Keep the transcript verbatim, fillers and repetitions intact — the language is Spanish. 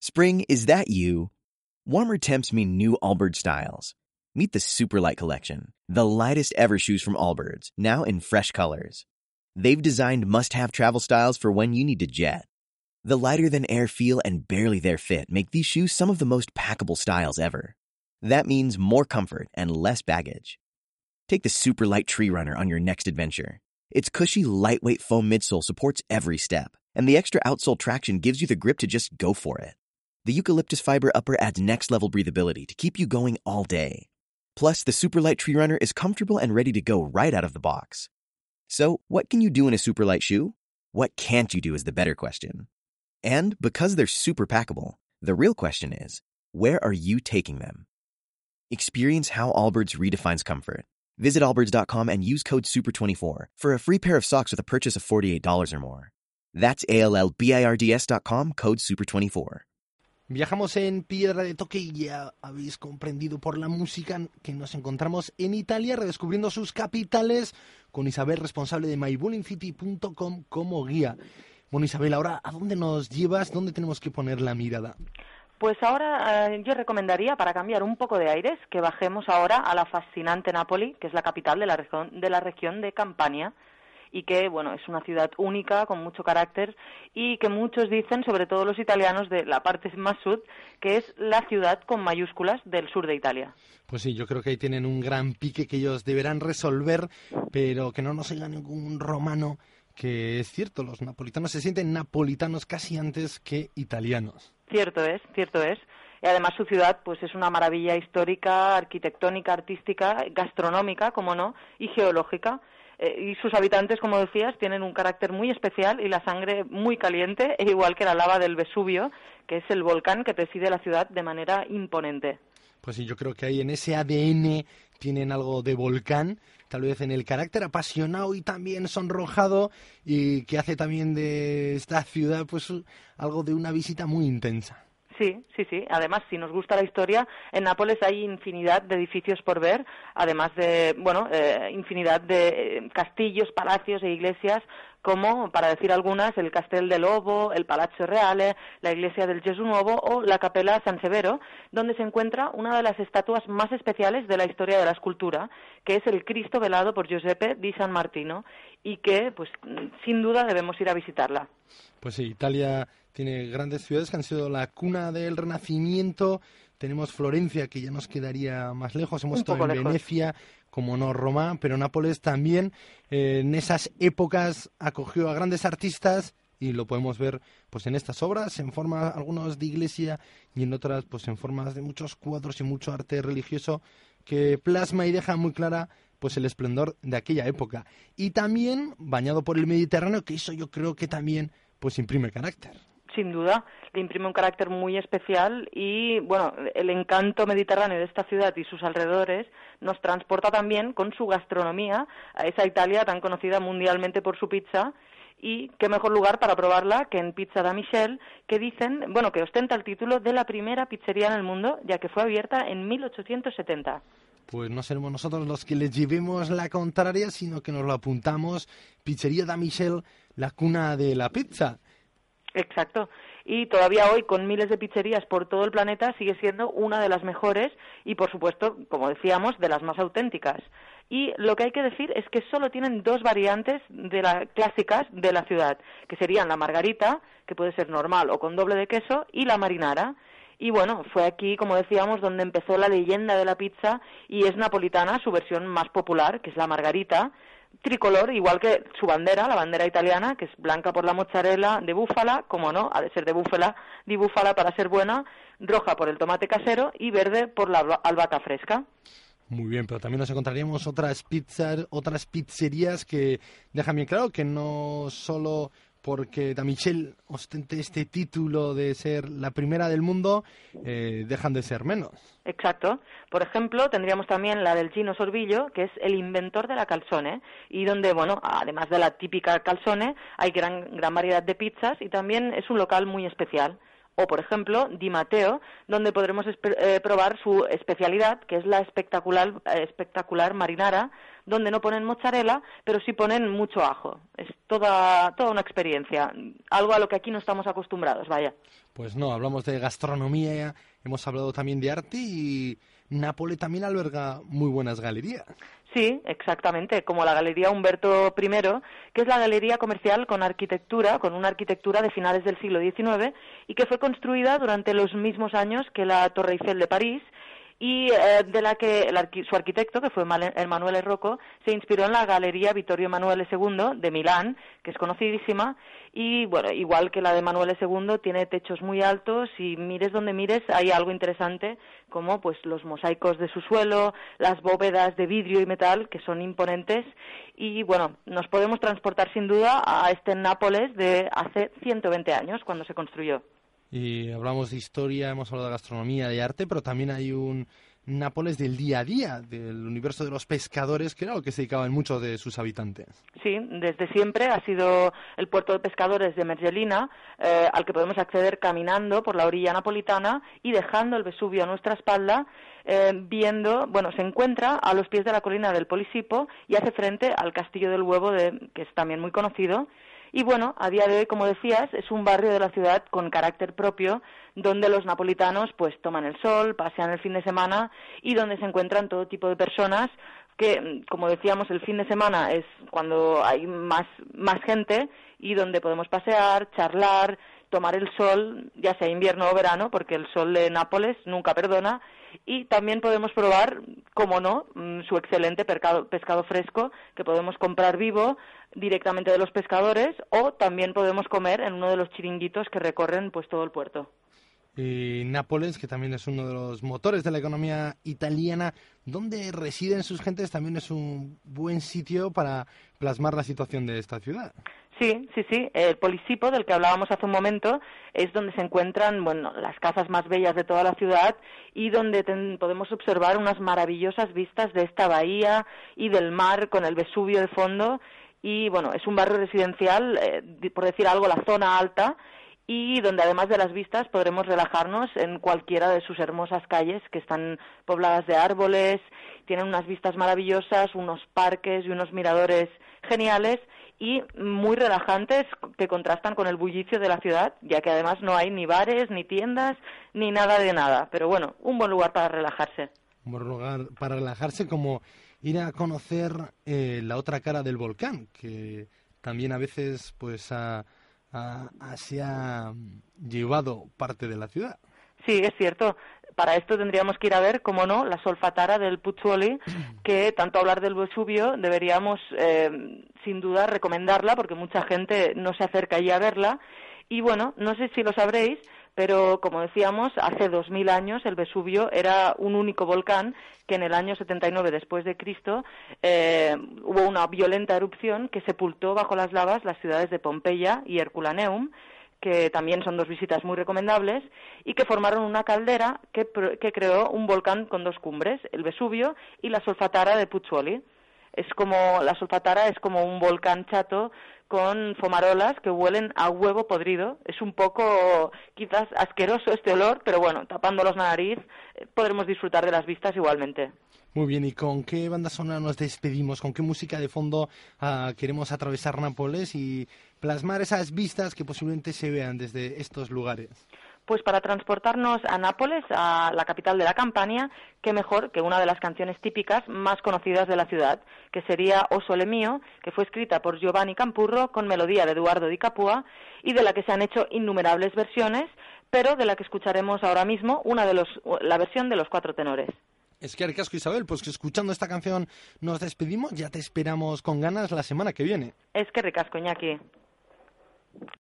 Spring, is that you? Warmer temps mean new Allbirds styles. Meet the Superlight Collection, the lightest ever shoes from Allbirds, now in fresh colors. They've designed must-have travel styles for when you need to jet. The lighter-than-air feel and barely-there fit make these shoes some of the most packable styles ever. That means more comfort and less baggage. Take the Superlight Tree Runner on your next adventure. Its cushy, lightweight foam midsole supports every step, and the extra outsole traction gives you the grip to just go for it. The eucalyptus fiber upper adds next-level breathability to keep you going all day. Plus, the Superlight Tree Runner is comfortable and ready to go right out of the box. So, what can you do in a Superlight shoe? What can't you do is the better question. And because they're super packable, the real question is, where are you taking them? Experience how Allbirds redefines comfort. Visit allbirds dot com and use code super twenty-four for a free pair of socks with a purchase of forty-eight dollars or more. That's A L L B I R D S dot com, code super twenty-four. Viajamos en Piedra de Toque y ya habéis comprendido por la música que nos encontramos en Italia redescubriendo sus capitales con Isabel, responsable de my bullying city punto com como guía. Bueno, Isabel, ahora, ¿a dónde nos llevas? ¿Dónde tenemos que poner la mirada? Pues ahora eh, yo recomendaría, para cambiar un poco de aires, que bajemos ahora a la fascinante Nápoli, que es la capital de la, región, de la región de Campania, y que, bueno, es una ciudad única, con mucho carácter, y que muchos dicen, sobre todo los italianos de la parte más sur, que es la ciudad con mayúsculas del sur de Italia. Pues sí, yo creo que ahí tienen un gran pique que ellos deberán resolver, pero que no nos oiga ningún romano, que es cierto, los napolitanos se sienten napolitanos casi antes que italianos. Cierto es, cierto es. Y además su ciudad pues es una maravilla histórica, arquitectónica, artística, gastronómica, como no, y geológica. Eh, y sus habitantes, como decías, tienen un carácter muy especial y la sangre muy caliente, e igual que la lava del Vesubio, que es el volcán que preside la ciudad de manera imponente. Pues sí, yo creo que ahí en ese A D N tienen algo de volcán, tal vez en el carácter apasionado y también sonrojado, y que hace también de esta ciudad pues algo de una visita muy intensa. Sí, sí, sí. Además, si nos gusta la historia, en Nápoles hay infinidad de edificios por ver, además de, bueno, eh, infinidad de eh, castillos, palacios e iglesias, como, para decir algunas, el Castel del Ovo, el Palazzo Reale, la iglesia del Gesù Nuovo o la Capella San Severo, donde se encuentra una de las estatuas más especiales de la historia de la escultura, que es el Cristo velado por Giuseppe di San Martino, y que, pues, sin duda debemos ir a visitarla. Pues sí, Italia tiene grandes ciudades que han sido la cuna del Renacimiento. Tenemos Florencia, que ya nos quedaría más lejos. Hemos estado en lejos. Venecia, como no Roma, pero Nápoles también eh, en esas épocas acogió a grandes artistas y lo podemos ver pues en estas obras, en forma algunos de iglesia y en otras pues en formas de muchos cuadros y mucho arte religioso que plasma y deja muy clara pues el esplendor de aquella época. Y también bañado por el Mediterráneo, que eso yo creo que también pues imprime carácter. Sin duda, le imprime un carácter muy especial y, bueno, el encanto mediterráneo de esta ciudad y sus alrededores nos transporta también con su gastronomía a esa Italia tan conocida mundialmente por su pizza, y qué mejor lugar para probarla que en Pizza da Michel, que dicen, bueno, que ostenta el título de la primera pizzería en el mundo, ya que fue abierta en mil ochocientos setenta. Pues no seremos nosotros los que les llevemos la contraria, sino que nos lo apuntamos. Pizzería da Michel, la cuna de la pizza. Exacto. Y todavía hoy, con miles de pizzerías por todo el planeta, sigue siendo una de las mejores y, por supuesto, como decíamos, de las más auténticas. Y lo que hay que decir es que solo tienen dos variantes de las clásicas de la ciudad, que serían la margarita, que puede ser normal o con doble de queso, y la marinara. Y bueno, fue aquí, como decíamos, donde empezó la leyenda de la pizza, y es napolitana su versión más popular, que es la margarita, tricolor, igual que su bandera, la bandera italiana, que es blanca por la mozzarella de búfala, como no, ha de ser de búfala, de búfala para ser buena, roja por el tomate casero y verde por la albahaca fresca. Muy bien, pero también nos encontraríamos otras pizzas, otras pizzerías que dejan bien claro que no solo porque da Michel ostente este título de ser la primera del mundo, eh, dejan de ser menos. Exacto. Por ejemplo, tendríamos también la del Gino Sorbillo, que es el inventor de la calzone, y donde, bueno, además de la típica calzone, hay gran, gran variedad de pizzas y también es un local muy especial. O, por ejemplo, Di Matteo, donde podremos espe- eh, probar su especialidad, que es la espectacular, eh, espectacular marinara, donde no ponen mozzarella, pero sí ponen mucho ajo. Es toda, toda una experiencia, algo a lo que aquí no estamos acostumbrados, vaya. Pues no, hablamos de gastronomía, hemos hablado también de arte y Nápoles también alberga muy buenas galerías. Sí, exactamente, como la Galería Humberto primero, que es la galería comercial con arquitectura, con una arquitectura de finales del siglo diecinueve y que fue construida durante los mismos años que la Torre Eiffel de París y eh, de la que el arqui- su arquitecto, que fue Emanuele Rocco, se inspiró en la Galería Vittorio Emanuele segundo de Milán, que es conocidísima, y bueno, igual que la de Emanuele segundo, tiene techos muy altos y mires donde mires hay algo interesante, como pues los mosaicos de su suelo, las bóvedas de vidrio y metal, que son imponentes, y bueno, nos podemos transportar sin duda a este Nápoles de hace ciento veinte años, cuando se construyó. Y hablamos de historia, hemos hablado de gastronomía, de arte, pero también hay un Nápoles del día a día, del universo de los pescadores, que era lo que se dedicaban muchos de sus habitantes. Sí, desde siempre ha sido el puerto de pescadores de Mergellina, eh, al que podemos acceder caminando por la orilla napolitana y dejando el Vesubio a nuestra espalda, eh, viendo, bueno, se encuentra a los pies de la colina del Polisipo y hace frente al Castillo del Huevo, de, que es también muy conocido. Y bueno, a día de hoy, como decías, es un barrio de la ciudad con carácter propio, donde los napolitanos pues toman el sol, pasean el fin de semana y donde se encuentran todo tipo de personas que, como decíamos, el fin de semana es cuando hay más, más gente y donde podemos pasear, charlar, tomar el sol, ya sea invierno o verano, porque el sol de Nápoles nunca perdona, y también podemos probar, como no, su excelente pescado, pescado fresco que podemos comprar vivo directamente de los pescadores o también podemos comer en uno de los chiringuitos que recorren pues todo el puerto. Y Nápoles, que también es uno de los motores de la economía italiana, donde residen sus gentes, también es un buen sitio para plasmar la situación de esta ciudad. Sí, sí, sí. El Polisipo, del que hablábamos hace un momento, es donde se encuentran, bueno, las casas más bellas de toda la ciudad y donde ten, podemos observar unas maravillosas vistas de esta bahía y del mar con el Vesubio de fondo. Y, bueno, es un barrio residencial, eh, por decir algo, la zona alta, y donde además de las vistas podremos relajarnos en cualquiera de sus hermosas calles que están pobladas de árboles, tienen unas vistas maravillosas, unos parques y unos miradores geniales y muy relajantes que contrastan con el bullicio de la ciudad, ya que además no hay ni bares, ni tiendas, ni nada de nada. Pero bueno, un buen lugar para relajarse. Un buen lugar para relajarse, como ir a conocer eh, la otra cara del volcán, que también a veces pues ha, ha, ha, se ha llevado parte de la ciudad. Sí, es cierto. Para esto tendríamos que ir a ver, como no, la Solfatara del Puzzoli, que tanto hablar del Vesubio deberíamos, eh, sin duda, recomendarla, porque mucha gente no se acerca allí a verla. Y bueno, no sé si lo sabréis, pero como decíamos, hace dos mil años el Vesubio era un único volcán que en el año setenta y nueve después de Cristo eh, hubo una violenta erupción que sepultó bajo las lavas las ciudades de Pompeya y Herculaneum, que también son dos visitas muy recomendables, y que formaron una caldera que, que creó un volcán con dos cumbres, el Vesubio y la Solfatara de Puzzoli. Es como, la Solfatara es como un volcán chato con fumarolas que huelen a huevo podrido. Es un poco, quizás, asqueroso este olor, pero bueno, tapándolos la nariz, eh, podremos disfrutar de las vistas igualmente. Muy bien, ¿y con qué banda sonora nos despedimos? ¿Con qué música de fondo uh, queremos atravesar Nápoles y plasmar esas vistas que posiblemente se vean desde estos lugares? Pues para transportarnos a Nápoles, a la capital de la Campania, qué mejor que una de las canciones típicas más conocidas de la ciudad, que sería O Sole Mio, que fue escrita por Giovanni Campurro con melodía de Eduardo Di Capua y de la que se han hecho innumerables versiones, pero de la que escucharemos ahora mismo una de los, la versión de los cuatro tenores. Es que ricasco, Isabel, pues que escuchando esta canción nos despedimos, ya te esperamos con ganas la semana que viene. Es que ricasco, Iñaki.